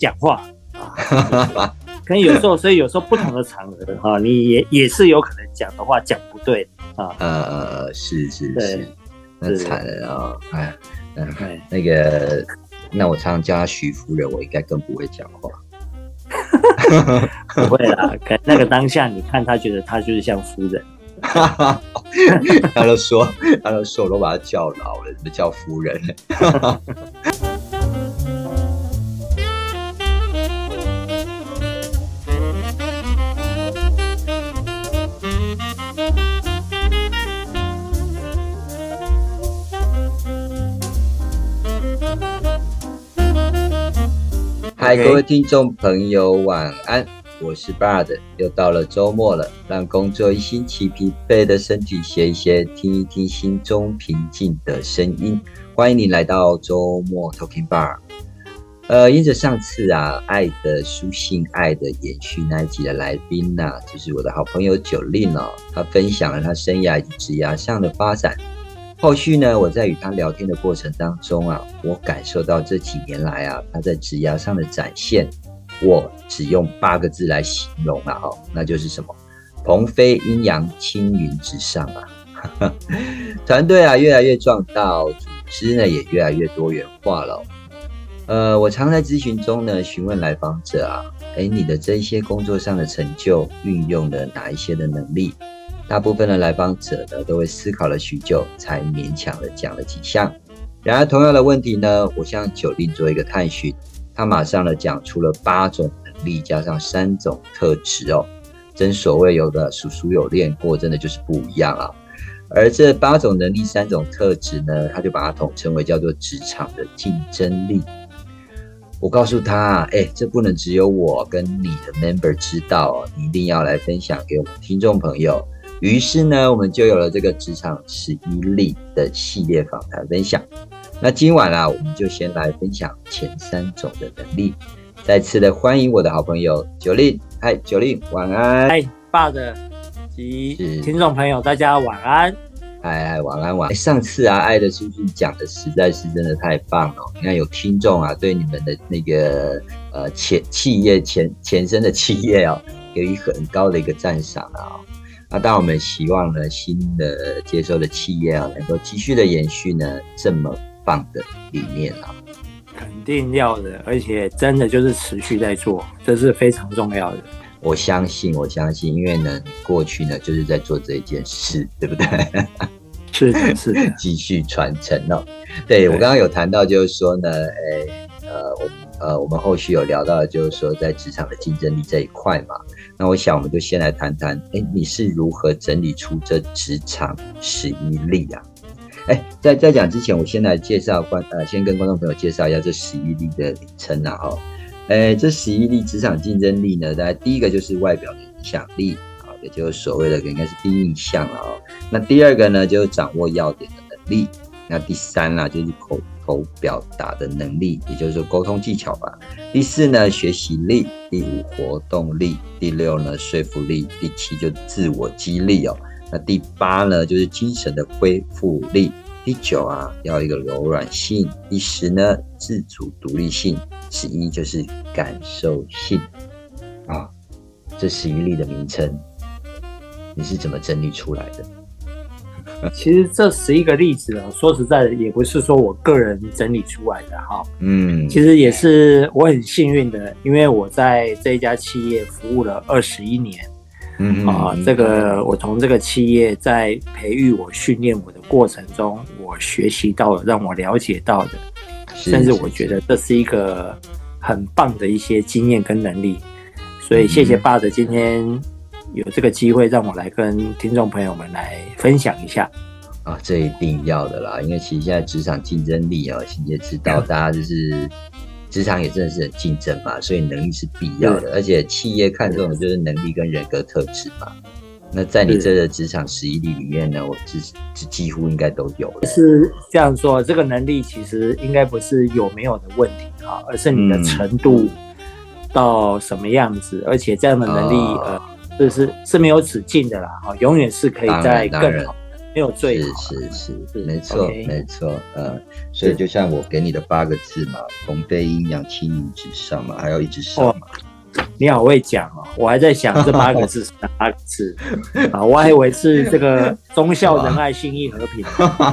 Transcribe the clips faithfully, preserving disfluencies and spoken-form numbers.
讲话啊。可能有时候，所以有时候不同的场合哈、啊，你也也是有可能讲的话讲不对的啊。 呃，是是是，那惨了啊！哎，嗯，那个，那我常常叫他徐夫人，我应该更不会讲话。 不会啦，可那个当下，你看他觉得他就是像夫人。 他都说，他都说，我都把他叫老了，怎么叫夫人？嗨，各位听众朋友，晚安！我是 Bard， 又到了周末了，让工作一星期疲惫的身体歇一歇，听一听心中平静的声音。欢迎你来到周末 Talking Bar。呃，因着上次啊，爱的书信、爱的延续那一集的来宾啊，就是我的好朋友九令哦，他分享了他生涯以及职涯上的发展。后续呢，我在与他聊天的过程当中啊，我感受到这几年来啊，他在职涯上的展现，我只用八个字来形容啊，那就是什么？鹏飞阴阳，青云直上啊！团队啊越来越壮大，组织呢也越来越多元化了。呃，我常在咨询中呢询问来访者啊，哎，你的这一些工作上的成就运用了哪一些的能力？大部分的来访者呢都会思考了许久，才勉强的讲了几项。然而同样的问题呢，我向九令做一个探寻，他马上呢讲出了八种能力加上三种特质哦。真所谓有的叔叔有练过，真的就是不一样啊。而这八种能力三种特质呢，他就把它统称为叫做职场的竞争力。我告诉他，哎、欸，这不能只有我跟你的 member 知道哦，你一定要来分享给我们听众朋友。于是呢，我们就有了这个职场十一例的系列访谈分享。那今晚啊，我们就先来分享前三种的能力。再次的欢迎我的好朋友九令，嗨，九令，晚安。 嗨，爸的及听众朋友，大家晚安。 嗨嗨，晚安晚安。上次啊，爱的叔叔讲的实在是真的太棒了。你看有听众啊，对你们的那个呃前企业前前身的企业啊，给予很高的一个赞赏啊。那当然，我们希望呢，新的接收的企业啊，能够继续的延续呢这么棒的理念啊。 肯定要的，而且真的就是持续在做，这是非常重要的。 我相信，我相信，因为呢，过去呢就是在做这一件事，对不对？ 是的，是的， 继续传承哦。对，对我刚刚有谈到，就是说呢，哎，呃，我们呃，我们后续有聊到，就是说在职场的竞争力这一块嘛。那我想，我们就先来谈谈，哎，你是如何整理出这职场十一例啊？哎，在在讲之前，我先来介绍观呃，先跟观众朋友介绍一下这十一例的名称啊，哈。诶，这十一例职场竞争力呢，大概第一个就是外表的影响力啊，也就是所谓的应该是第一印象了哦。那第二个呢，就是掌握要点的能力。那第三啦，就是口头表达的能力，也就是说沟通技巧吧。第四呢，学习力。第五，活动力。第六呢，说服力。第七，就自我激励哦。那第八呢，就是精神的恢复力。第九啊，要一个柔软性。第十呢，自主独立性。十一就是感受性啊。这十一例的名称，你是怎么整理出来的？ 其实这十一个例子呢，说实在的，也不是说我个人整理出来的哈。嗯，其实也是我很幸运的，因为我在这一家企业服务了二十一年。嗯啊、呃，这个我从这个企业在培育我、训练我的过程中，我学习到了，让我了解到的，甚至我觉得这是一个很棒的一些经验跟能力。所以谢谢爸的今天有这个机会让我来跟听众朋友们来分享一下。 啊，这一定要的啦，因为其实现在职场竞争力啊，你也知道，大家就是职场也真的是很竞争嘛，所以能力是必要的，而且企业看重的就是能力跟人格特质嘛。那在你这个职场十一例里面呢，我几几乎应该都有了。 是这样说，这个能力其实应该不是有没有的问题哈，而是你的程度到什么样子，嗯、而且这样的能力、哦、呃，就是是没有止境的啦，哈，永远是可以再更好。 没有最好。 是是是，是没错、okay. 没错，嗯，所以就像我给你的八个字嘛，同悲阴阳，青云直上嘛，还要一直上嘛。 你好会讲哦，我还在想这八个字是哪八个字啊？我还以为是这个忠孝仁爱信义和平。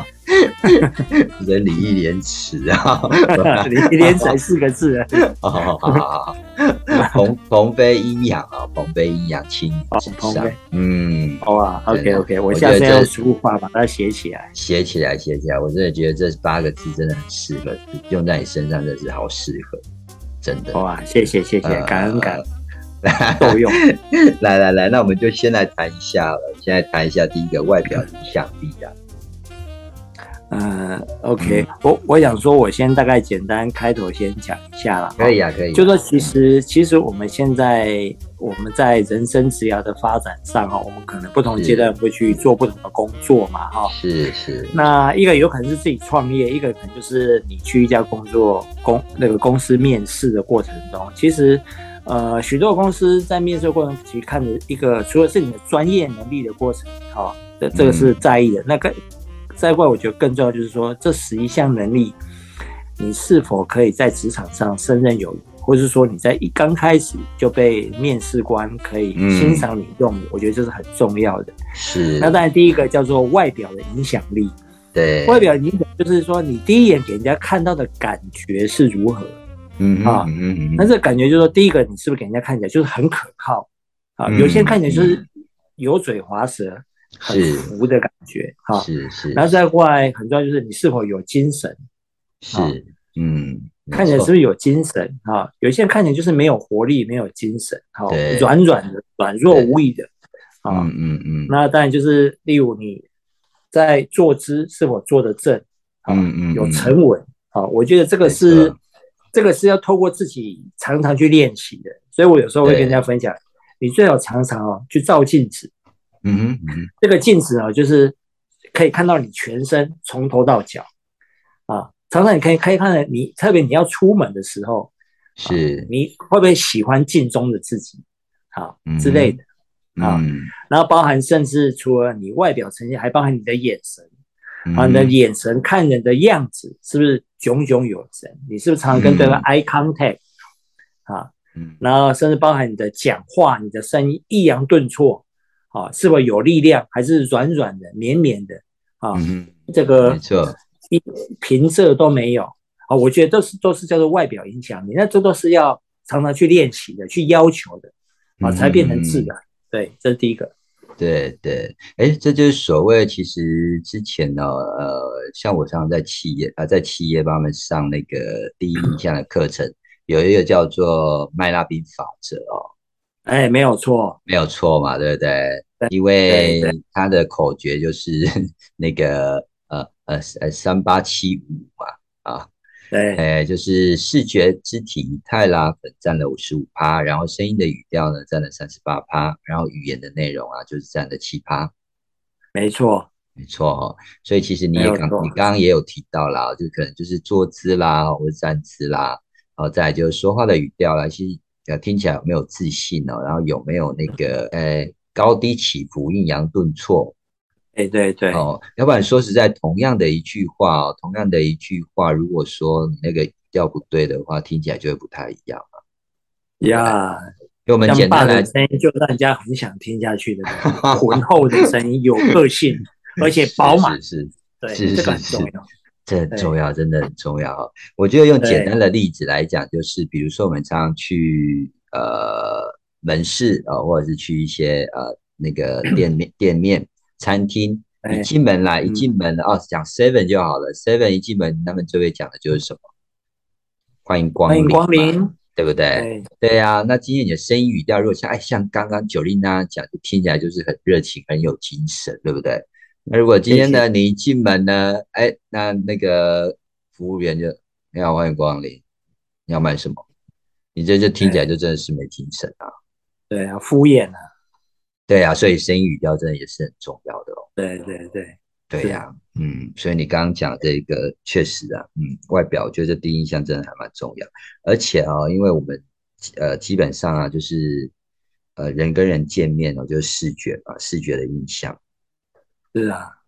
人礼义廉耻啊， 礼义廉耻才四个字啊。 好好好好，同同悲阴阳啊，同悲阴阳，青云直上。嗯， 好啊 ，OK OK， 我下次要用书法把它写起来， 写起来，写起来。我真的觉得这八个字真的很适合用在你身上，真的是好适合。真的哇， 谢谢谢谢，感恩感恩，受用。 来来来，那我们就先来谈一下了。先来谈一下第一个外表影响力啊。 呃 ，OK，、嗯、我我想说，我先大概简单开头先讲一下啦。 可以啊，可以。 就说其实其实我们现在我们在人生职涯的发展上哈，我们可能不同阶段会去做不同的工作嘛哈。 是是。 那一个有可能是自己创业，一个可能就是你去一家工作公那个公司面试的过程中，其实呃许多公司在面试的过程其实看的一个除了是你的专业能力的过程哈，这这个是在意的。嗯、那个。再过来，我觉得更重要就是说，这十一项能力，你是否可以在职场上胜任有余，或者是说你在一刚开始就被面试官可以欣赏你用的、嗯，我觉得这是很重要的。 是。 那当然，第一个叫做外表的影响力。 对。 外表影响就是说，你第一眼给人家看到的感觉是如何？ 嗯啊， 嗯嗯。 那这感觉就是说，第一个你是不是给人家看起来就是很可靠？啊，嗯、有些人看起来就是油嘴滑舌。很浮的感觉哈， 是是， 然后再过来很重要就是你是否有精神， 是嗯， 看起来是不是有精神哈？有些人看起来就是没有活力、没有精神，哈，软软的、软弱无力的，啊， 嗯嗯嗯。 那当然就是例如你在坐姿是否坐得正，嗯嗯，有沉稳，啊，我觉得这个是这个是要透过自己常常去练习的，所以我有时候会跟人家分享，你最好常常哦去照镜子。 嗯哼嗯哼， 这个镜子啊，就是可以看到你全身从头到脚啊。常常你可以可以看到你，特别你要出门的时候， 是、 啊、你会不会喜欢镜中的自己啊、嗯、之类的啊、嗯？然后包含甚至除了你外表呈现，还包含你的眼神、嗯、啊，你的眼神看人的样子是不是炯炯有神？你是不是常常跟对方 eye contact 啊？嗯，然后甚至包含你的讲话、你的声音抑扬顿挫。啊，是否有力量，还是软软的、绵绵的啊？嗯、这个没错， 一平仄都没有啊。我觉得都是都是叫做外表影响力，那这都是要常常去练习的、去要求的啊，才变成自然。嗯、对，这是第一个。 对对，哎，这就是所谓其实之前呢，呃，像我常常在企业啊、呃，在企业帮他们上那个第一印象的课程，有一个叫做麦拉宾法则哦。 哎，没有错， 没有错嘛，对不对？对，因为他的口诀就是那个呃呃呃三八七五嘛，啊， 对， 哎，就是视觉、肢体、仪态啦，占了五十五趴，然后声音的语调呢占了三十八趴，然后语言的内容啊就是占了七趴。 没错， 没错哦，所以其实你也刚你刚刚也有提到啦，就可能就是坐姿啦，或者站姿啦，然后再来就是说话的语调啦，其实。呃，听起来有没有自信哦？然后有没有那个呃高低起伏、抑扬顿挫？ 哎，对对哦，要不然说实在，同样的一句话哦，同样的一句话，如果说你那个语调不对的话，听起来就会不太一样了。 呀， 给我们简单来， 声音就让人家很想听下去的浑厚的声音，有个性，而且饱满， 是是对， 是这个很重要。 这很重要，真的很重要。我觉得用简单的例子来讲，就是比如说我们常常去呃门市啊、呃，或者是去一些呃那个店面、店面、餐厅，一进门来，一进门哦，讲 seven 就好了 ，seven 一进门，他们最会讲的就是什么？欢迎光临， 欢迎光临， 对不对？对呀、啊，那今天你的声音语调，如果像哎像刚刚九丽娜讲，就听起来就是很热情、很有精神，对不对？那如果今天呢，謝謝你一进门呢，哎，那那个服务员就你好，欢迎光临，你要买什么？你这就听起来就真的是没精神啊。 对啊，敷衍啊。 对啊，所以声音语调真的也是很重要的哦。 对对对， 对呀、啊，嗯，所以你刚刚讲这个确实啊，嗯，外表我觉得这第一印象真的还蛮重要，而且啊，因为我们呃基本上啊就是呃人跟人见面哦，就是视觉嘛，视觉的印象。 是啊，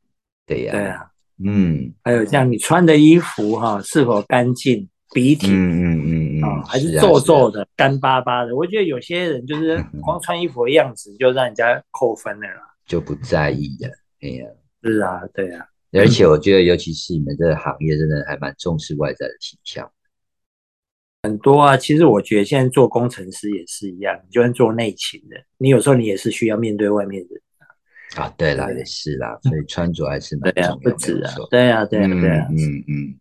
对呀、 对啊， 嗯， 还有像你穿的衣服哈、是否干净、笔挺嗯嗯嗯啊、 嗯， 还是是啊是啊， 皱皱的、干巴巴的？我觉得有些人就是光穿衣服的样子就让人家扣分了啦。 就不在意呀、哎呀、 是啊，对啊， 而且我觉得，尤其是你们这个行业，真的还蛮重视外在的形象。 很多啊。其实我觉得现在做工程师也是一样，你就算做内勤的，你有时候你也是需要面对外面的人。 啊，对啦，也对是啦，所以穿着还是对啊， 蛮重要，没有不止啊， 错。 对啊，对啊，对嗯啊， 嗯嗯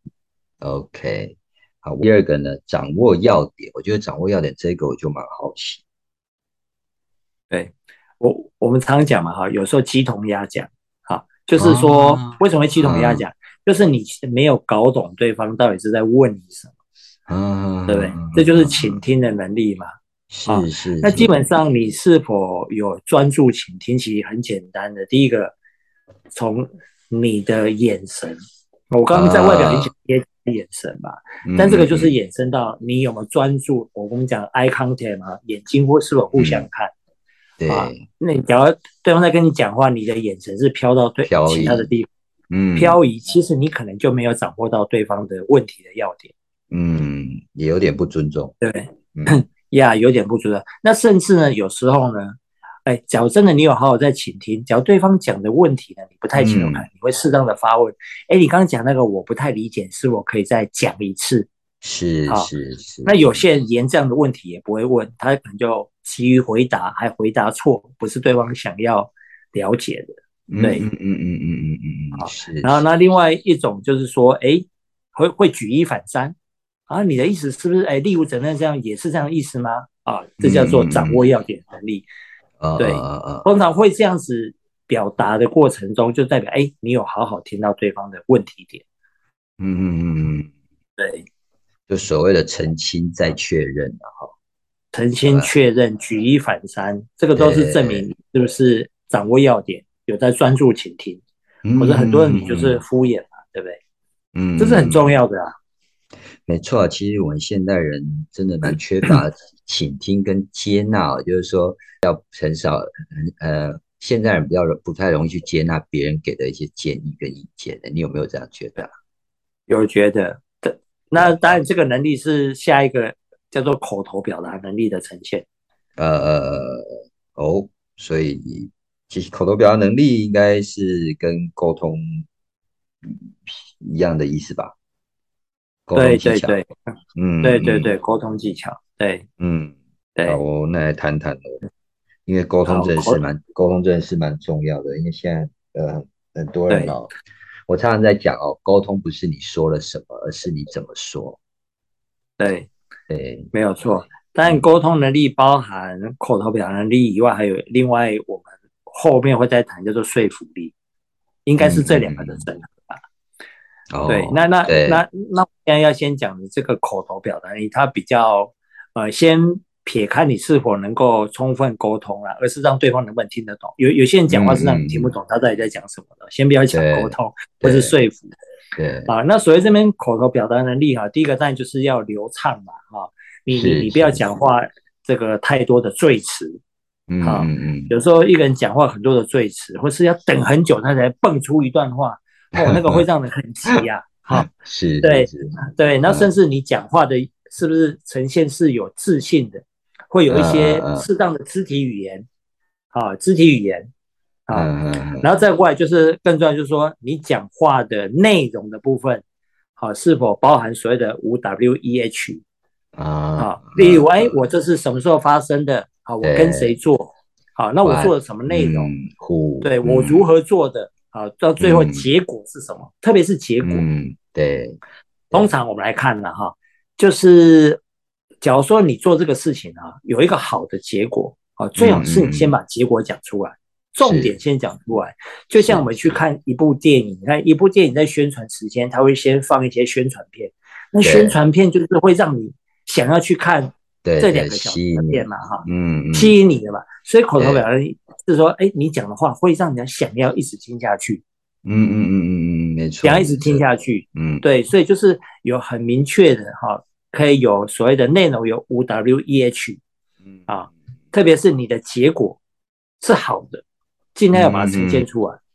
，OK。好，第二个呢，掌握要点，我觉得掌握要点这个我就蛮好奇。 对。我我们常讲嘛哈，有时候鸡同鸭讲，哈，就是说啊， 为什么会鸡同鸭嗯讲，就是你没有搞懂对方到底是在问你什么，对不对？这嗯就是嗯嗯， 倾听的能力嘛。啊， 是是那基是， 本上你是否有专注倾听，其实很简单的。第一个，从你的眼神，我刚刚在外表已经啊， 讲一些眼神吧，但这个就是嗯嗯嗯衍生到你有没有专注。我跟你讲 eye contact 嘛，眼睛或是否互相嗯， 看啊？ 对， 那你假如对方在跟你讲话，你的眼神是飘到对漂移， 其他的地方嗯漂移，其实你可能就没有掌握到对方的问题的要点。 嗯，也有点不尊重， 对， 嗯呀，有点不足的。那甚至呢，有时候呢，哎，假如真的你有好好在倾听，假如对方讲的问题呢，你不太清楚看， 嗯， 你会适当的发问。哎，你刚刚讲那个我不太理解，是我可以再讲一次？ 是好， 是是， 那有些人连这样的问题也不会问，他可能就急于回答，还回答错，不是对方想要了解的。对， 嗯嗯嗯嗯嗯嗯嗯嗯，是然后那是， 另外一种就是说，哎，会会举一反三啊，你的意思是不是哎，力无责任这样也是这样的意思吗？啊，这叫做嗯嗯嗯， 掌握要点能力。 呃呃对， 呃呃， 通常会这样子表达的过程中，就代表哎，你有好好听到对方的问题点。 嗯嗯嗯嗯， 对， 就所谓的澄清再确认啊，哈， 澄清、 对吧？ 确认、举一反三，这个都是证明对， 你是不是掌握要点，有在专注倾听。否则很多人你就是嗯敷衍嘛，对不对？这是很嗯嗯， 重要的啊。 没错，其实我们现代人真的蛮缺乏倾听跟接纳哦，就是说要很少，呃，现代人比较不太容易去接纳别人给的一些建议跟意见的，你有没有这样觉得啊？ 有觉得的。那当然，这个能力是下一个叫做口头表达能力的呈现。 呃，哦，所以其实口头表达能力应该是跟沟通一样的意思吧？沟通技巧， 对对对嗯嗯对对对，沟通技巧，对嗯，好对。 哦，那来谈谈哦，因为沟通好， 真的是口蛮，沟通真的是蛮重要的，因为现在呃很多人对哦，我常常在讲哦，沟通不是你说了什么，而是你怎么说。 对， 对， 没有错。但嗯沟通能力包含口头表达能力以外，还有另外我们后面会再谈叫做说服力，应该是嗯这两个的嗯嗯， 整合吧。对，那哦， 那对那那，我现在要先讲的这个口头表达能力，它比较呃，先撇开你是否能够充分沟通啦，而是让对方能不能听得懂。有有些人讲话嗯是让你听不嗯嗯， 懂他到底在讲什么的，先不要讲沟对通或是对说服对， 啊。那所谓这边口头表达能力哈，第一个当然就是要流畅嘛哈，你你是你不要是是， 讲话这个太多的赘词嗯哈， 嗯嗯， 有时候一个人讲话很多的赘词，或是要等很久他才蹦出一段话，哦，那个会让人很急呀、哈。 是是对是， 对，那甚嗯至你讲话的是不是呈现是有自信的，会有嗯一些嗯适当的肢体语言啊，肢体语言啊， 嗯嗯嗯然后再过来就是更重要，就是说你讲话的内容的部分，好、是否包含所谓的五 W E H 啊啊？例如，哎， 嗯嗯， 我这是什么时候发生的？好，我跟谁对做？好，那我做 ，what， 了什么内容？ 嗯，who， 对我如嗯何做的？好，到最后嗯结果是什么？特别是结果。 嗯，对对， 通常我们来看呢，哈，就是假如说你做这个事情啊，有一个好的结果啊，最嗯好是你先嗯嗯， 把结果讲出来，重点是先讲出来。就像我们去是是， 看一部电影，你看一部电影在宣传时间，它会先放一些宣传片，那宣对传片就是会让你想要去看对对， 这两个小时吸引你， 的片嘛，哈， 嗯嗯， 吸引你的嘛。所以口头表对， 达是说，哎，你讲的话会让人家想要一直听下去。 嗯嗯嗯嗯嗯，没想要一直听错没错， 下去。 嗯对，所以就是有很明确的哈，可以有所谓的内容有五 W E H 嗯啊，特别是你的结果是好的，尽量要把它呈嗯嗯现出来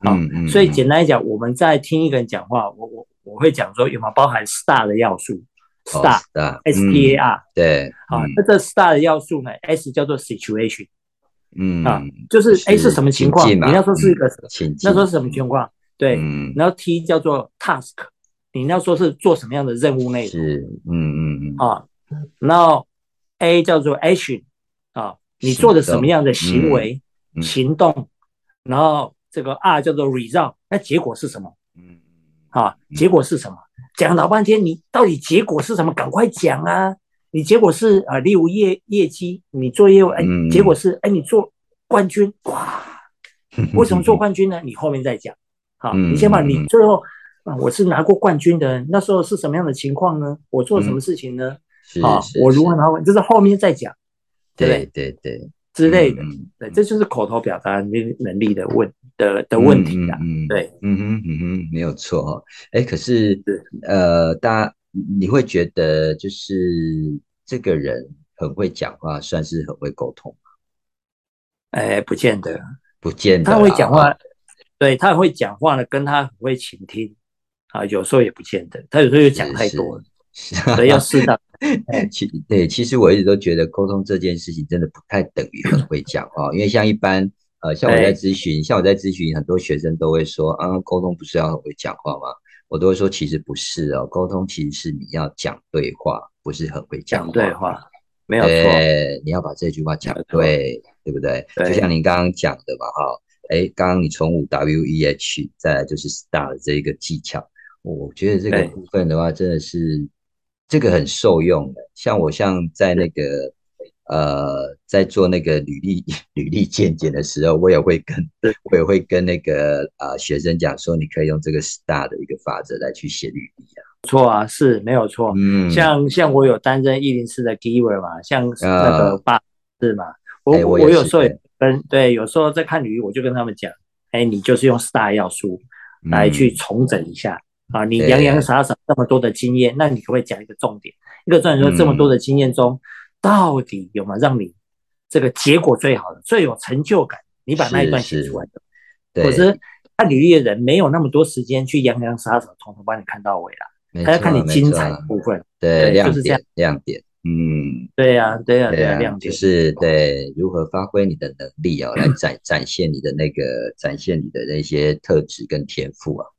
好、嗯嗯，所以简单来讲，我们在听一个人讲话，我我我会讲说有没有包含 star 的要素 ，star、 哦、 S T A R，、嗯、 对， 好、嗯，那这 star 的要素呢 ，S 叫做 situation， 嗯啊，就是哎是什么情况？你那时候是一个、 嗯、 那时候是什么情况？对，嗯、然后 T 叫做 task， 你那时候是做什么样的任务内容？ 是，嗯嗯嗯， 啊，然后 A 叫做 action， 啊，你做的什么样的行为、嗯、行动，然后这个 R 叫做 result， 那结果是什么？嗯，啊，结果是什么？讲老半天，你到底结果是什么？赶快讲啊！你结果是啊、呃，例如业业绩，你做业务，哎，结果是哎，你做冠军，哇！为什么做冠军呢？你后面再讲。好，你先把你最后啊，我是拿过冠军的，那时候是什么样的情况呢？我做了什么事情呢？啊，我如何拿冠，就是后面再讲，对不对？对对对， 之类的，嗯、对，这就是口头表达能力的问的的问题啦。嗯嗯、对， 嗯哼嗯哼，没有错哈。哎，可是呃，大家你会觉得就是这个人很会讲话，算是很会沟通吗？ 哎，不见得， 不见得， 他会讲话，哦、对他很会讲话呢，跟他很会倾听啊，有时候也不见得，他有时候又讲太多了，所以要适当。 其对，其实我一直都觉得沟通这件事情真的不太等于很会讲哦，因为像一般呃，像我在咨询，像我在咨询，很多学生都会说啊，沟通不是要很会讲话吗？我都会说其实不是哦，沟通其实是你要讲对话，不是很会讲话。 讲对话，没有错。 对，你要把这句话讲对，对不对？对，就像您刚刚讲的嘛，哈，哎，刚刚你从五 W E H 再来就是 STAR 的这一个技巧，我觉得这个部分的话，真的是。这个很受用的，像我像在那个呃，在做那个履历履历健检的时候，我也会跟我也会跟那个呃学生讲说，你可以用这个 STAR 的一个法则来去写履历啊。 错啊，是没有错。嗯，像像我有担任一零四的 giver 嘛，像那个爸是嘛，我、欸、我, 我有时候也跟对，有时候在看履历，我就跟他们讲，哎、欸，你就是用 STAR 要素来去重整一下。嗯啊，你洋洋洒洒这么多的经验，那你可不可以讲一个重点？一个重点说，这么多的经验中，嗯、到底有没有让你这个结果最好的、最有成就感？你把那一段写出来的。否则，看履历的人没有那么多时间去洋洋洒洒从头帮你看到尾啦。他要看你精彩的部分。 对， 对，就是这样。 亮点，嗯， 对呀、啊，对呀、啊，对呀、啊，亮点就是对如何发挥你的能力哦，来展展现你的那个展现你的那些特质跟天赋啊。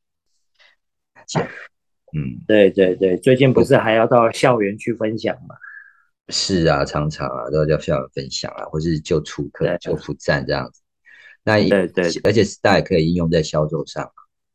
嗯，对对对，最近不是还要到校园去分享吗？ 是啊，常常啊都要叫校园分享啊，或是就出课、就辅站这样子。那对 对, 对， 而且 STAR 也可以应用在销售上。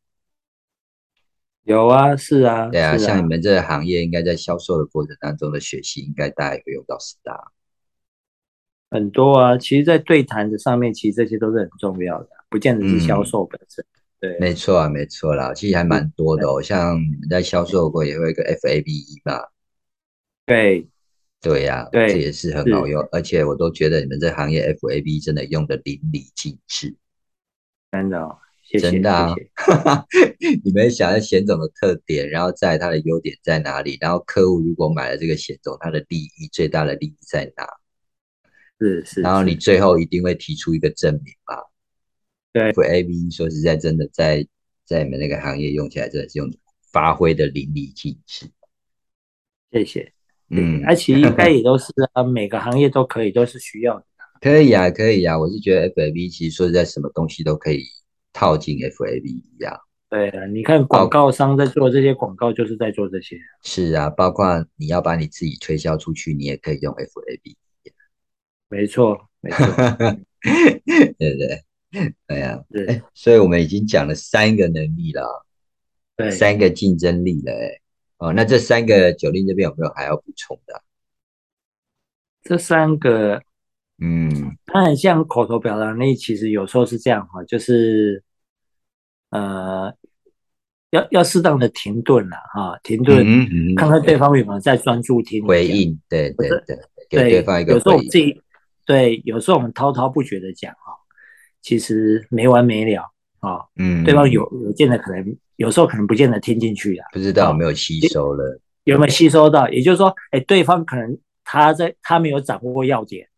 有啊，是啊， 对啊， 啊像你们这个行业，应该在销售的过程当中的学习，应该大家也会用到 STAR。 很多啊，其实，在对谈的上面，其实这些都是很重要的，不见得是销售本身。嗯对， 没错啊，没错啦，其实还蛮多的哦。像你们在销售过也会有一个 F A B E 嘛， 对， 对呀、啊， 对， 这也是很好用，而且我都觉得你们这行业 F A B E 真的用的淋漓尽致， 真的、哦，谢谢， 真的啊。 谢谢你们想要险种的特点，然后在它的优点在哪里？然后客户如果买了这个险种，它的利益最大的利益在哪？ 是是， 然后你最后一定会提出一个证明嘛？ 对 ，F A B E 说实在，真的在在你们那个行业用起来，真的是用发挥的淋漓尽致。 谢谢，嗯，而且应该也都是啊，每个行业都可以，都是需要的。 可以啊，可以啊，我是觉得 F A B E 其实说实在，什么东西都可以套进 F A B E 啊。 对啊，你看广告商在做这些广告，就是在做这些。 是啊，包括你要把你自己推销出去，你也可以用 F A B E。 没错，没错， 对不对？对呀、啊，哎，所以我们已经讲了三个能力了， 对， 三个竞争力了，哎，哦，那这三个九令这边有没有还要补充的、啊？ 这三个， 嗯， 它很像口头表达能力，其实有时候是这样哈，就是呃，要要适当的停顿了哈，停顿，嗯嗯、看看对方有没有在专注听回应，对对对，给对方一个回应。有时候我们自己对，有时候我们滔滔不绝的讲哈。其实没完没了啊、哦，嗯，对方有有见得可能有时候可能不见得听进去啦， 不知道有没有吸收了， 有没有吸收到？也就是说，哎，对方可能他在他没有掌握要点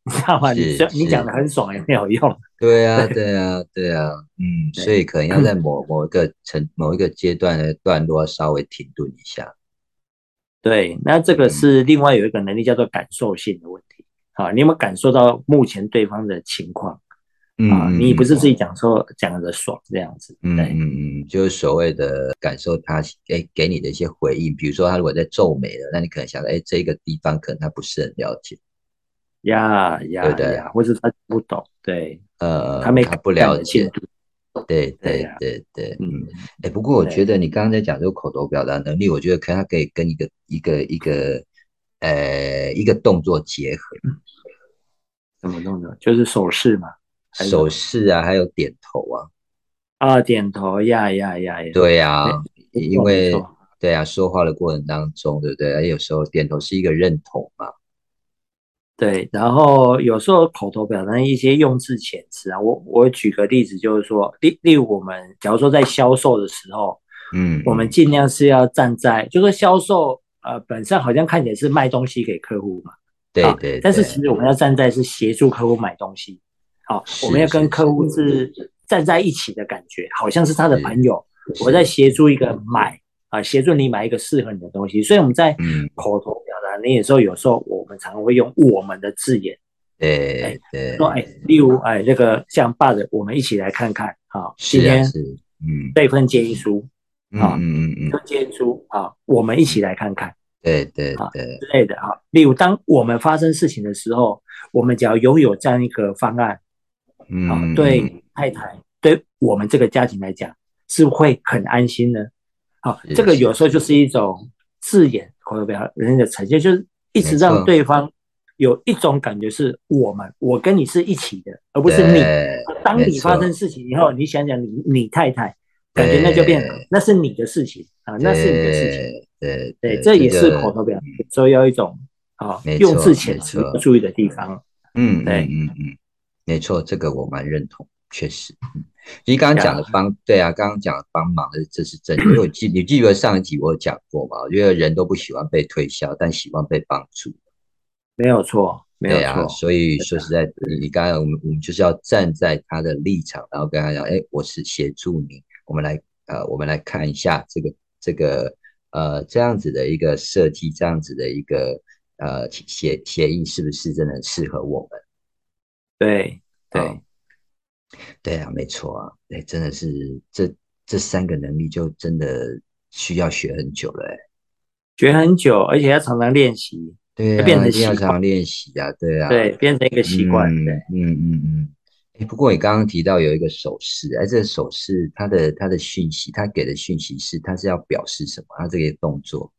你知道吗？你你讲的很爽也没有用。 对啊，对啊，对啊，嗯，所以可能要在某某一个层某一个阶段的段落稍微停顿一下。 对，那这个是另外有一个能力叫做感受性的问题。啊，你有没有感受到目前对方的情况？啊， 嗯嗯你不是自己讲说讲的爽这样子。 嗯嗯嗯，就是所谓的感受他给给你的一些回应，比如说他如果在皱眉了，那你可能想到，哎，这个地方可能他不是很了解。 呀呀呀，或者他不懂，对， 呃， 他没他不了解。对对对对对，嗯，哎，不过我觉得你刚刚在讲这个口头表达能力，我觉得可它可以跟一个一个一个呃一个动作结合。 什么动作？就是手势嘛， 手势啊，还有点头啊。 啊，点头呀呀呀呀。 对呀， 没因为错没错。 对啊，说话的过程当中，对不对？而有时候点头是一个认同嘛。 对，然后有时候口头表达一些用字遣词啊，我我举个例子，就是说，例例如我们假如说在销售的时候， 嗯， 我们尽量是要站在，就是说销售呃本身好像看起来是卖东西给客户嘛，啊， 对对但是对， 其实我们要站在是协助客户买东西，好，我们要跟客户是站在一起的感觉，好像是他的朋友，我在协助一个买啊，协助你买一个适合你的东西，所以我们在口头表达那有时候有时候我们常会用我们的字眼， 对对， 说哎，例如哎这个像爸的，我们一起来看看啊，今天嗯这份建议书啊， 嗯嗯嗯， 建议书啊，我们一起来看看， 对对啊对之类的啊，例如当我们发生事情的时候，我们只要拥有这样一个方案，啊，对太太对我们这个家庭来讲是会很安心的。好，这个有时候就是一种字眼口头表达人的呈现，就是一直让对方有一种感觉是我们，我跟你是一起的，而不是你。当你发生事情以后，你想想你你太太，感觉那就变那是你的事情啊，那是你的事情。 对对，这也是口头表达，所以要一种啊用字遣词要注意的地方。 嗯嗯嗯嗯，没错，这个我蛮认同，确实。其实刚刚讲的帮，对啊，刚刚讲的帮忙的，这是真的。因为我记，你记得上一集我有讲过嘛？我觉得人都不喜欢被推销，但喜欢被帮助。 没有错，没有错。 对啊，所以说实在，你你刚才我们我们就是要站在他的立场，然后跟他讲，哎，我是协助你，我们来呃，我们来看一下这个这个呃这样子的一个设计，这样子的一个呃协协议是不是真的适合我们？ 对对。 嗯对啊，没错啊，哎，真的是这这三个能力就真的需要学很久了，哎， 学很久，而且要常常练习， 对啊， 变成一定要常常练习啊，对啊， 对，变成一个习惯， 嗯对， 嗯嗯嗯，哎，不过你刚刚提到有一个手势，哎，这个手势它的它的讯息，它给的讯息是它是要表示什么？它这个动作，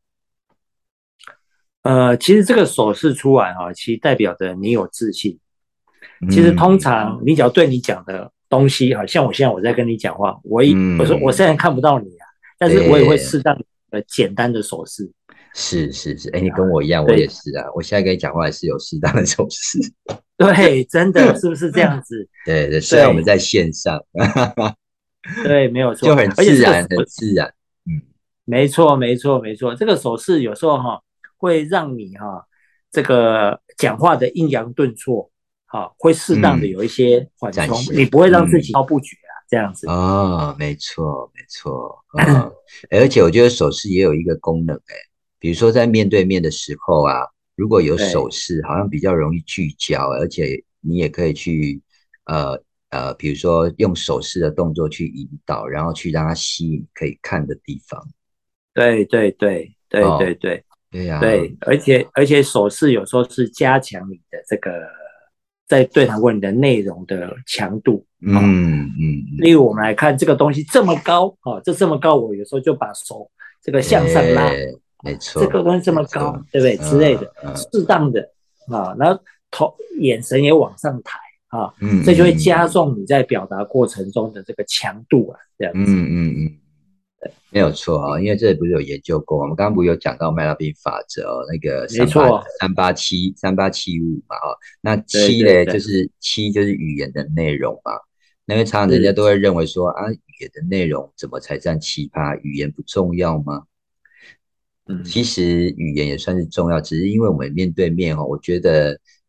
呃，其实这个手势出来哈、哦，其实代表着你有自信。 嗯、 其实通常你只要对你讲的东西，好像我现在我在跟你讲话，我一、嗯、我说我虽然看不到你啊，但是我也会适当的简单的手势。 是是是，哎，你跟我一样，我也是啊，我现在跟你讲话也是有适当的手势。 对，真的是不是这样子？ 对对，虽然我们在线上， 对，没有错， 就很自然，很自然。嗯， 没错，没错，没错。这个手势有时候哈、哦、会让你哈、哦、这个讲话的抑扬顿挫，哈、哦、会适当的有一些缓冲，嗯、你不会让自己滔不绝啊，嗯、这样子。 哦，没错，没错。嗯，而且我觉得手势也有一个功能，哎，比如说在面对面的时候啊，如果有手势，好像比较容易聚焦，而且你也可以去呃。呃，比如说用手势的动作去引导，然后去让它吸引可以看的地方。 对对对对对对、哦、 对呀、啊， 对，而且而且手势有时候是加强你的这个在对谈过你的内容的强度。 嗯、哦、嗯， 例如我们来看这个东西这么高哦，这这么高，我有时候就把手这个向上拉， 没错， 这个东西这么高，对不对？之类的，嗯、适当的啊，然后头眼神也往上抬。啊，嗯，这就会加重你在表达过程中的这个强度啊，这样子。 嗯嗯嗯，对，没有错啊，因为这不是有研究过，我们刚刚不是有讲到麦拉宾法则哦，那个三八三八七三八七五嘛，哦，那七呢就是七就是语言的内容嘛，那因为常常人家都会认为说啊，语言的内容怎么才占七趴？语言不重要吗？嗯，其实语言也算是重要，只是因为我们面对面哦，我觉得。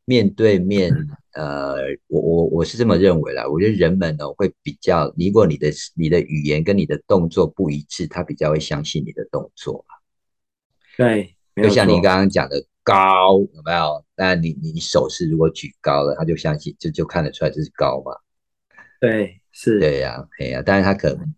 面对面，呃，我我我是这么认为啦。我觉得人们呢会比较，如果你的你的语言跟你的动作不一致，他比较会相信你的动作。 对，没就像您有错。 刚刚讲的高有没有？那你你手势如果举高了，他就相信，就就看得出来这是高嘛。 对，是。 对呀、啊，对呀、啊，但是他可能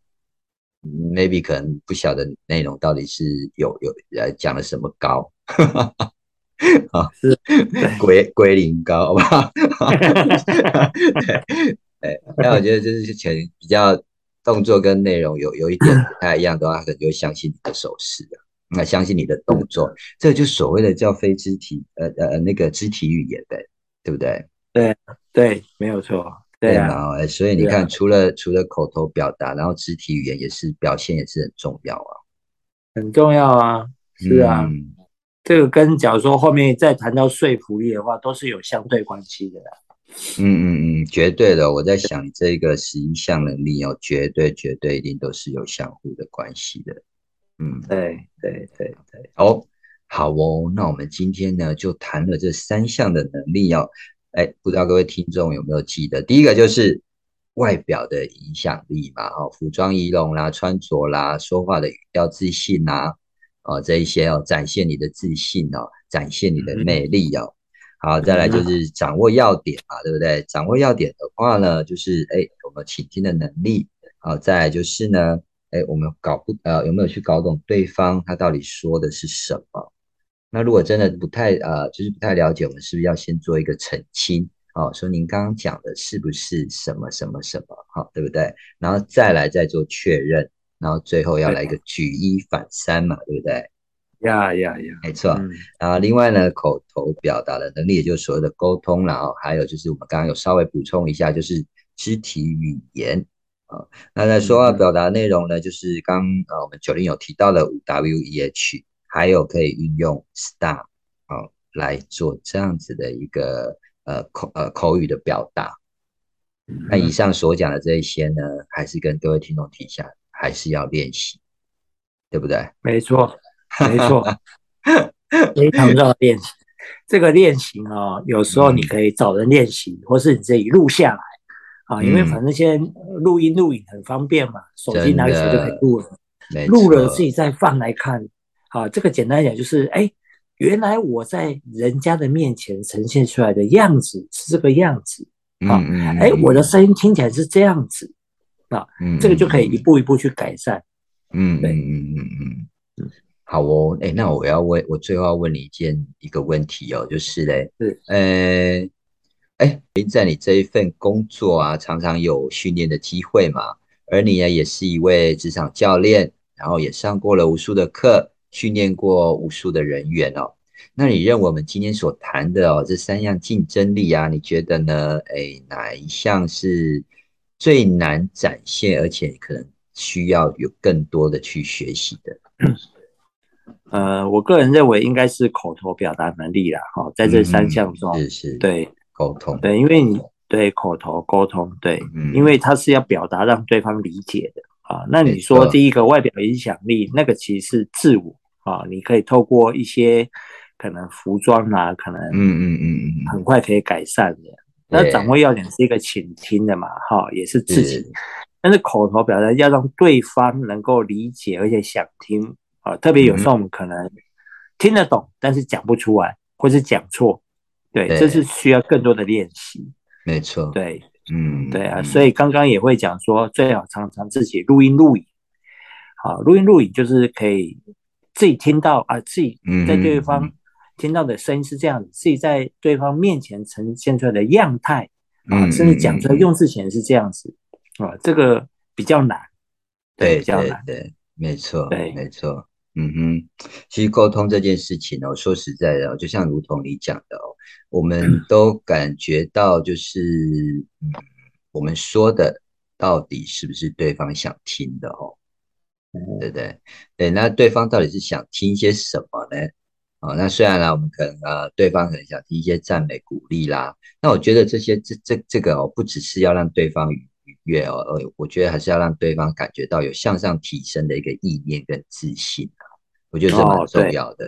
maybe 可能不晓得内容到底是有有呃讲了什么高。啊， 是。对。 龟龟苓膏，好不好？对对，但我觉得就是前比较动作跟内容有有一点不太一样的话，他可能就会相信你的手势的，那相信你的动作，这就所谓的叫非肢体呃呃那个肢体语言的，对不对？ 对对，没有错。对啊。 对嘛？哎，所以你是啊， 看，除了除了口头表达，然后肢体语言也是表现也是很重要啊。 很重要啊。是啊， 嗯。 这个跟假如说后面再谈到说服力的话，都是有相对关系的啦。 嗯嗯嗯，绝对的。我在想，你这个十一项能力哦，绝对绝对一定都是有相互的关系的。嗯， 对对对对。 哦，好哦。那我们今天呢，就谈了这三项的能力哦。哎，不知道各位听众有没有记得？第一个就是外表的影响力嘛，哦，服装仪容啦、穿着啦、说话的语调、自信啦，哦，这一些哦，展现你的自信哦，展现你的魅嗯力哦。好，再来就嗯是掌握要点嘛，对不对？掌握要点的话呢，就是哎，我们倾听的能力。好，再来就是呢，哎，我们搞不呃有没有去搞懂对方他到底说的是什么？那如果真的不太呃就是不太了解，我们是不是要先做一个澄清？哦，说您刚刚讲的是不是什么什么什么？好，对不对？然后再来再做确认，然后最后要来一个对。 举一反三嘛，对不对？ 呀呀呀。 没错。 嗯。 然后另外呢，口头表达的能力，也就是所谓的沟通，然后还有就是我们刚刚有稍微补充一下，就是肢体语言啊。那在说话嗯表达内容呢，就是刚呃我们九零有提到的五 W E H，还有可以运用 STAR 啊来做这样子的一个呃口呃口语的表达。那以嗯。 上所讲的这一些呢，还是跟各位听众提一下，还是要练习，对不对？ 没错没错，非常重要的练习。这个练习哦，有时候你嗯可以找人练习，或是你自己录下来啊，因为嗯， 反正现在录音录影很方便嘛，手机真拿起来就可以的。 录了， 没录了自错。 己再放来看。啊，这个简单讲就是，哎，原来我在人家的面前呈现出来的样子是这个样子。啊， 嗯嗯哎，我的嗯声音听起来是这样子。啊， 嗯这个就可以一嗯嗯步一步去改善。 嗯嗯对。 嗯嗯嗯嗯，好哦。哎，那我要问，我最后要问你一件一个问题哦，就是嘞， 是。 呃，哎，在你这一份工作啊，常常有训练的机会嘛，而你呢，也是一位职场教练，然后也上过了无数的课，训练过无数的人员哦。那你认为我们今天所谈的哦，这三样竞争力啊，你觉得呢？哎，哪一项是最难展现，而且可能需要有更多的去学习的？ 呃，我个人认为应该是口头表达能力啦。哈、在这三嗯嗯， 项中。 是是， 对沟通。 对，因为你对口头沟通，对，因嗯， 为它是要表达让对方理解的啊。那你说没错。 第一个外表影响力，那个其实是自我啊，你可以透过一些可能服装啊，可能嗯嗯嗯嗯嗯， 很快可以改善的。那掌握对， 要点是一个倾听的嘛，哈，也是自己。 是。 但是口头表达要让对方能够理解，而且想听啊。特别有时候我嗯哼， 们可能听得懂，但是讲不出来，或是讲错。对，这是对， 需要更多的练习。 没错。 对对啊，所嗯嗯以刚刚也会讲说，最好常常自己录音录影。好，录音录影就是可以自己听到啊，自己嗯在对方哼听到的声音是这样子，自己在对方面前呈现出来的样态啊，甚至嗯嗯讲出来嗯嗯， 用字前是这样子啊，这个比较难。对， 对比较难。 对对，没错对。 没错。嗯哼，其实沟通这件事情哦，说实在的哦，就像如同你讲的哦，我们都感觉到就是，嗯，我们说的到底是不是对方想听的哦？对不对？对，那对方到底是想听些什么呢？哦，那虽然呢，我们可能呃，对方可能想听一些赞美鼓励啦，那我觉得这些这这这个哦，不只是要让对方愉愉悦哦，呃，我觉得还是要让对方感觉到有向上提升的一个意念跟自信啊，我觉得这蛮哦，对。 重要的。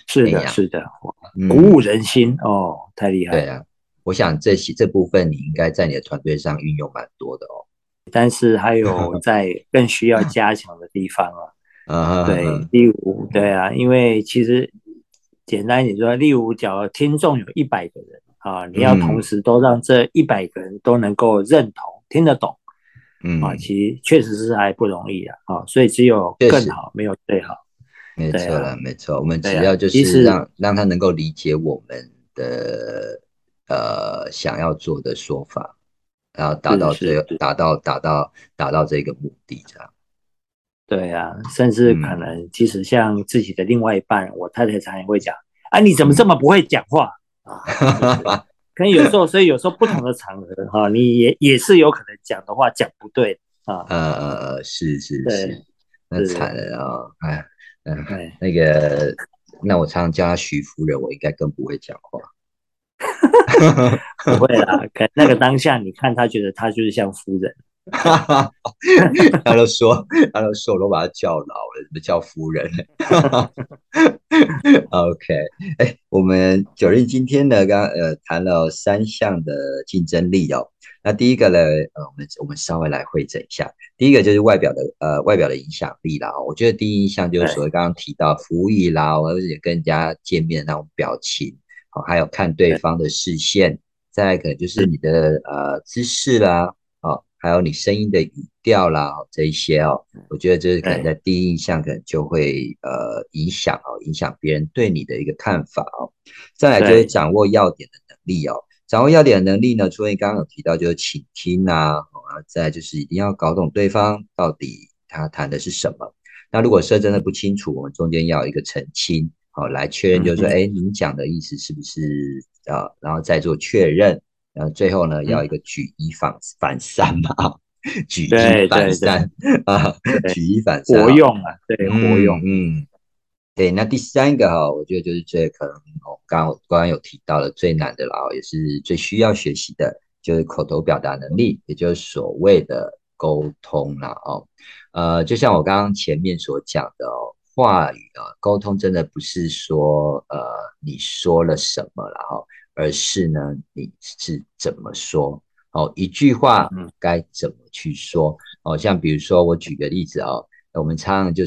是的，是的，鼓舞人心、嗯、哦，太厉害了。 对啊，我想这些这部分你应该在你的团队上运用蛮多的哦。 但是还有在更需要加强的地方啊。对，例如，对啊，因为其实简单一点说，例如，假如听众有一百个人啊，你要同时都让这一百个人都能够认同、听得懂，嗯啊，其实确实是还不容易啊。啊，所以只有更好，没有最好。 没错了，没错，我们只要就是让、啊、让他能够理解我们的呃想要做的说法，然后达到最达到达到达到这个目的，这样。 对啊，甚至可能即使像自己的另外一半，我太太常常会讲，啊，你怎么这么不会讲话、嗯、啊？可能有时候，所以有时候不同的场合哈、啊，你也也是有可能讲的话讲不对啊。 呃呃，是是是，那惨了啊、哦！哎，嗯、呃，那个，那我常常叫他徐夫人，我应该更不会讲话。 不会啦，可那个当下你看他觉得他就是像夫人。 他都说，他都说，我都把他叫老了，怎么叫夫人？OK， 哎，我们九令今天呢，刚呃谈了三项的竞争力哦。那第一个呢，呃，我们我们稍微来汇整一下。第一个就是外表的呃外表的影响力啦。我觉得第一印象就是说刚刚提到服务仪啦，而且跟人家见面的那种表情，哦，还有看对方的视线，再来可能就是你的呃姿势啦。还有你声音的语调啦，这一些哦，我觉得这是可能在第一印象可能就会呃影响哦，影响别人对你的一个看法哦。再来就是掌握要点的能力哦，掌握要点的能力呢，除了你刚刚有提到就是倾听啊，啊，再来就是一定要搞懂对方到底他谈的是什么。那如果说真的不清楚，我们中间要有一个澄清，好、哦、来确认，就是说，哎，您讲的意思是不是啊？然后再做确认。然后最后呢，要一个举一反反三嘛，举一反三啊，举一反三， 活用啊，对，活用， 嗯，对。那第三个哈，我觉得就是最可能哦，刚刚刚刚有提到的最难的啦，也是最需要学习的，就是口头表达能力，也就是所谓的沟通啦哦。呃，就像我刚刚前面所讲的哦，话语啊，沟通真的不是说呃你说了什么啦哈。而是呢，你是怎么说？哦，一句话该怎么去说？哦，像比如说，我举个例子哦，我们常常就是，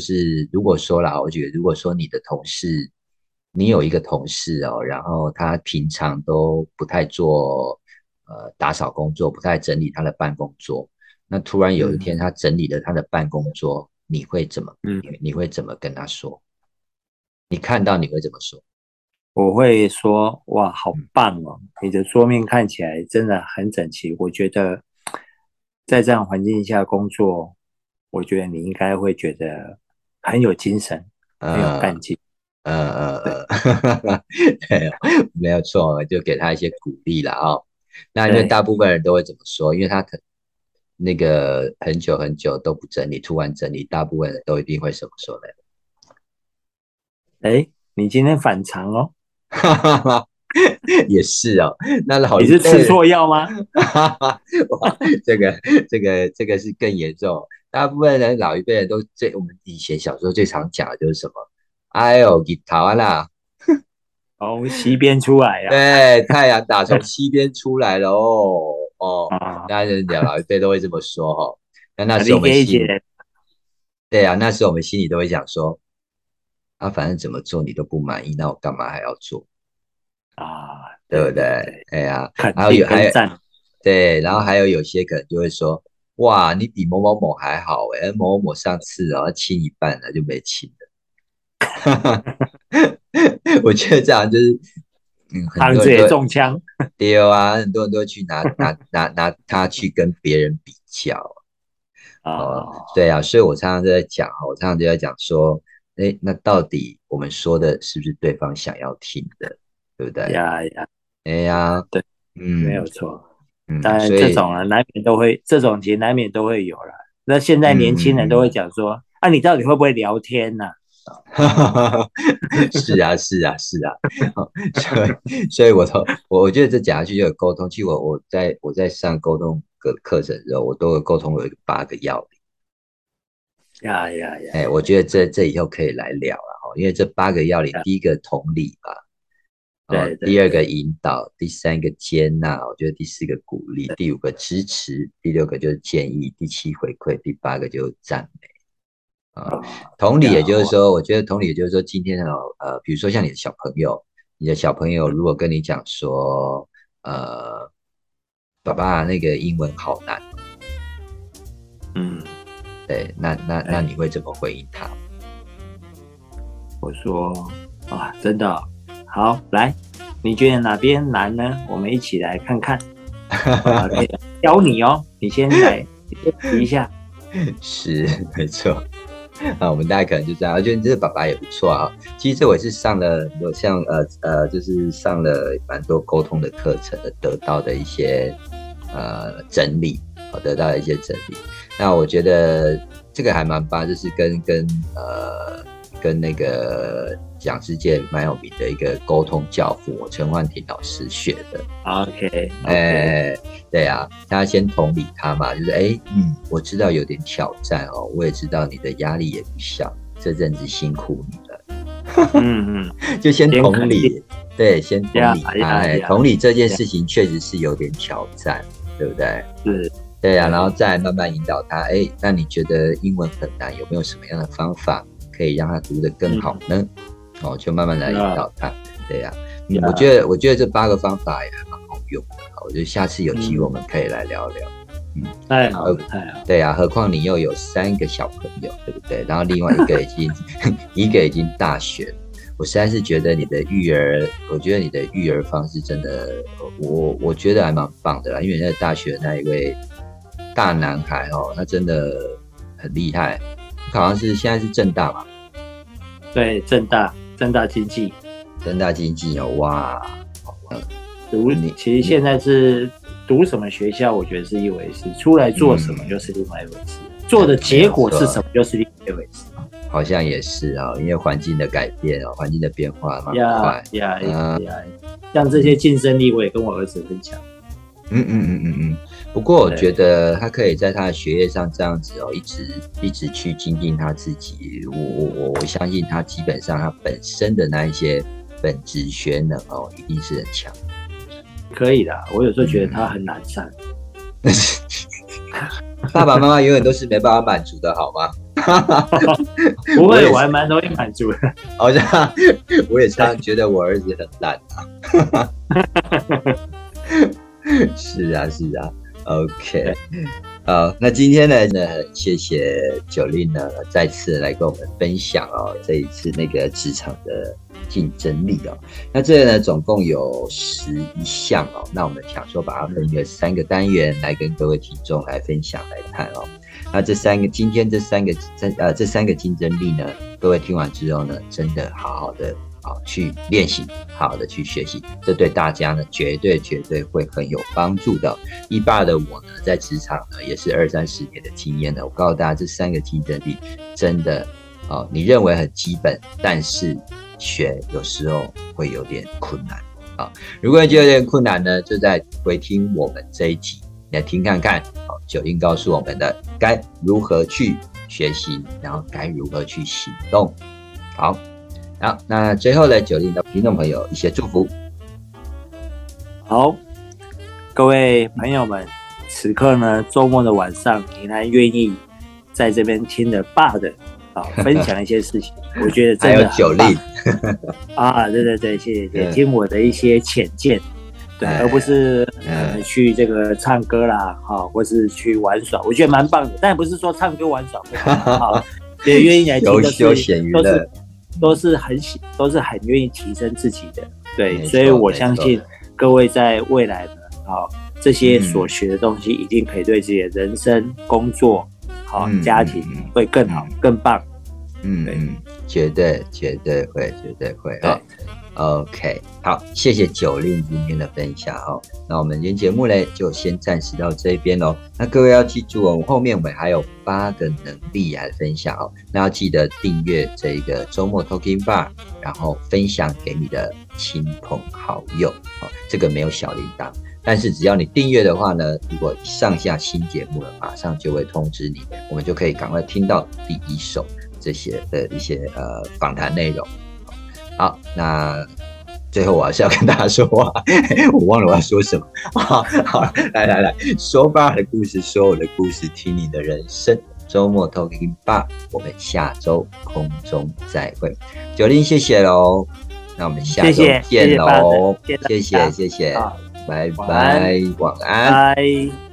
如果说啦，我觉得如果说你的同事，你有一个同事哦，然后他平常都不太做呃打扫工作，不太整理他的办公桌，那突然有一天他整理了他的办公桌，你会怎么？嗯，你会怎么跟他说？你看到你会怎么说？ 我会说，哇，好棒哦！你的桌面看起来真的很整齐。我觉得在这样环境下工作，我觉得你应该会觉得很有精神，很有干劲。 呃呃呃，对，没有错，就给他一些鼓励了哦。那因为大部分人都会怎么说？因为他可那个很久很久都不整理，突然整理，大部分人都一定会怎么说呢？ 哎，你今天反常哦。 也是哦，那老你是吃错药吗？ 哇，这个这个这个是更严重。大部分人老一辈人都最，我们以前小时候最常讲的就是什么？哎呦，日头啊啦， 从西边出来呀、 啊！对，太阳打从西边出来了哦哦，那人家老一辈都会这么说哈、哦。那那时候我们心，对啊，那时候我们心里都会想说，啊，反正怎么做你都不满意，那我干嘛还要做？ 啊， 对不对？哎呀， 还有还有， 对，然后还有有些可能就会说，哇，你比某某某还好哎，某某某上次然后亲一半了就没亲了。我觉得这样就是，嗯，很多人都中枪， 对啊，很多人都会去拿拿拿拿他去跟别人比较哦、呃，对啊，所以我常常就在讲我常常就在讲说，哎，那到底我们说的是不是对方想要听的，对不对？ 呀呀， 哎呀， 对， 嗯， 没有错。 嗯， 当然这种啊，难免都会，这种其实难免都会有了。那现在年轻人都会讲说，嗯、啊，你到底会不会聊天呢、 啊？是啊，是啊，是啊。所以，所以我都我我觉得这讲下去就有沟通。其实我我在我在上沟通个课程的时候，我都有沟通有一个八个要领。 呀呀呀！ 哎，我觉得这这以后可以来聊了哈。 因为这八个要领，第一个同理嘛。 对， 第二个引导，第三个接纳，我觉得第四个鼓励，第五个支持，第六个就是建议，第七回馈，第八个就是赞美啊。同理，也就是说，我觉得同理，也就是说，今天呃，比如说像你的小朋友，你的小朋友如果跟你讲说，呃，爸爸那个英文好难， 嗯， 对，那那那你会怎么回应他？ 我说啊，真的、哦。好，来，你觉得哪边难呢？我们一起来看看。啊、可以教你哦，你先来，你先提一下。 是，没错。啊，我们大家可能就这样，我觉得这个爸爸也不错啊。其实这我也是上了，我像呃呃，就是上了蛮多沟通的课程的，得到的一些呃整理，得到的一些整理。那我觉得这个还蛮棒，就是跟跟呃跟那个。讲世界蛮有名的一个沟通教父陈焕廷老师学的。 OK， 哎、欸，对啊，他先同理他嘛，就是哎、欸，嗯，我知道有点挑战哦，我也知道你的压力也不小，这阵子辛苦你了。嗯嗯，就先同理，对，先同理他，哎、yeah, yeah, 同理这件事情确实是有点挑战， yeah. 对不对？ 是， 对啊，然后再慢慢引导他，哎、欸，那你觉得英文很难，有没有什么样的方法可以让他读得更好呢？嗯哦，就慢慢来引导他， yeah. 对呀、啊嗯 yeah. ，我觉得我觉得这八个方法也还蛮好用的，我觉得下次有机会我们可以来聊聊。嗯， 太好了，太好了。 对啊，何况你又有三个小朋友，对不对？然后另外一个已经一个已经大学了，我实在是觉得你的育儿，我觉得你的育儿方式真的，我我觉得还蛮棒的啦。因为那大学那一位大男孩哦，他真的很厉害，好像是现在是政大嘛？ 对，政大。政大经济， 政大经济哦，哇， 读你其实现在是读什么学校，我觉得是一回事，出来做什么就是另外一回事，嗯、做的结果是什么就是另外一回事。 好像也是啊、哦，因为环境的改变哦，环境的变化蛮快呀呀呀！像这些竞争力，我也跟我儿子分享。 嗯嗯嗯嗯嗯。不过我觉得他可以在他的学业上这样子哦，一直一直去精进他自己。我我我相信他基本上他本身的那一些本质学能哦，一定是很强。 可以的，我有时候觉得他很懒散。 嗯、爸爸妈妈永远都是没办法满足的，好吗？ 不会，我还蛮容易满足的。 好像我也常常觉得我儿子很懒啊。是啊，是啊。OK， 好，那今天呢，呢谢谢九令呢再次来跟我们分享哦，这一次那个职场的竞争力哦。那这个呢总共有十一项哦，那我们想说把它分为三个单元来跟各位听众来分享来看哦。那这三个今天这三个呃这三个竞争力呢，各位听完之后呢，真的好好的。好，去练习，好的去学习，这对大家呢，绝对绝对会很有帮助的。一霸的我呢，在职场呢，也是二三十年的经验了。我告诉大家，这三个竞争力真的，哦，你认为很基本，但是学有时候会有点困难。好，如果你觉得有点困难呢，就在回听我们这一集，你来听看看。好，九令告诉我们的该如何去学习，然后该如何去行动。好。好，那最后呢，九令的听众朋友一些祝福。 好，各位朋友们，此刻呢，周末的晚上，你还愿意在这边听着爸的啊分享一些事情，我觉得真的还有九令啊，对对对，谢谢谢谢，听我的一些浅见，对，而不是呃去这个唱歌啦，哈，或是去玩耍，我觉得蛮棒的，但不是说唱歌玩耍不好，也愿意来听的是休闲娱乐。 都是很喜，都是很愿意提升自己的，对，所以我相信各位在未来呢，好、哦，这些所学的东西一定可以对自己的人生、工作、好、嗯、家庭会更好、嗯、更棒。 嗯嗯，绝对绝对会，绝对会啊。OK， 好，谢谢九令今天的分享哦。那我们今天节目呢，就先暂时到这边喽。那各位要记住哦，后面我们还有八个能力来分享哦。那要记得订阅这个周末 Talking Bar， 然后分享给你的亲朋好友哦。这个没有小铃铛，但是只要你订阅的话呢，如果上下新节目了，马上就会通知你，我们就可以赶快听到第一手。 这些的一些呃访谈内容。好，那最后我还是要跟大家说话，我忘了我要说什么。好，好，来来来，说吧的故事，说我的故事，听你的人生。周末 Talking Bar， 我们下周空中再会。九令谢谢喽，那我们下周见喽，谢谢谢谢，拜拜，晚安。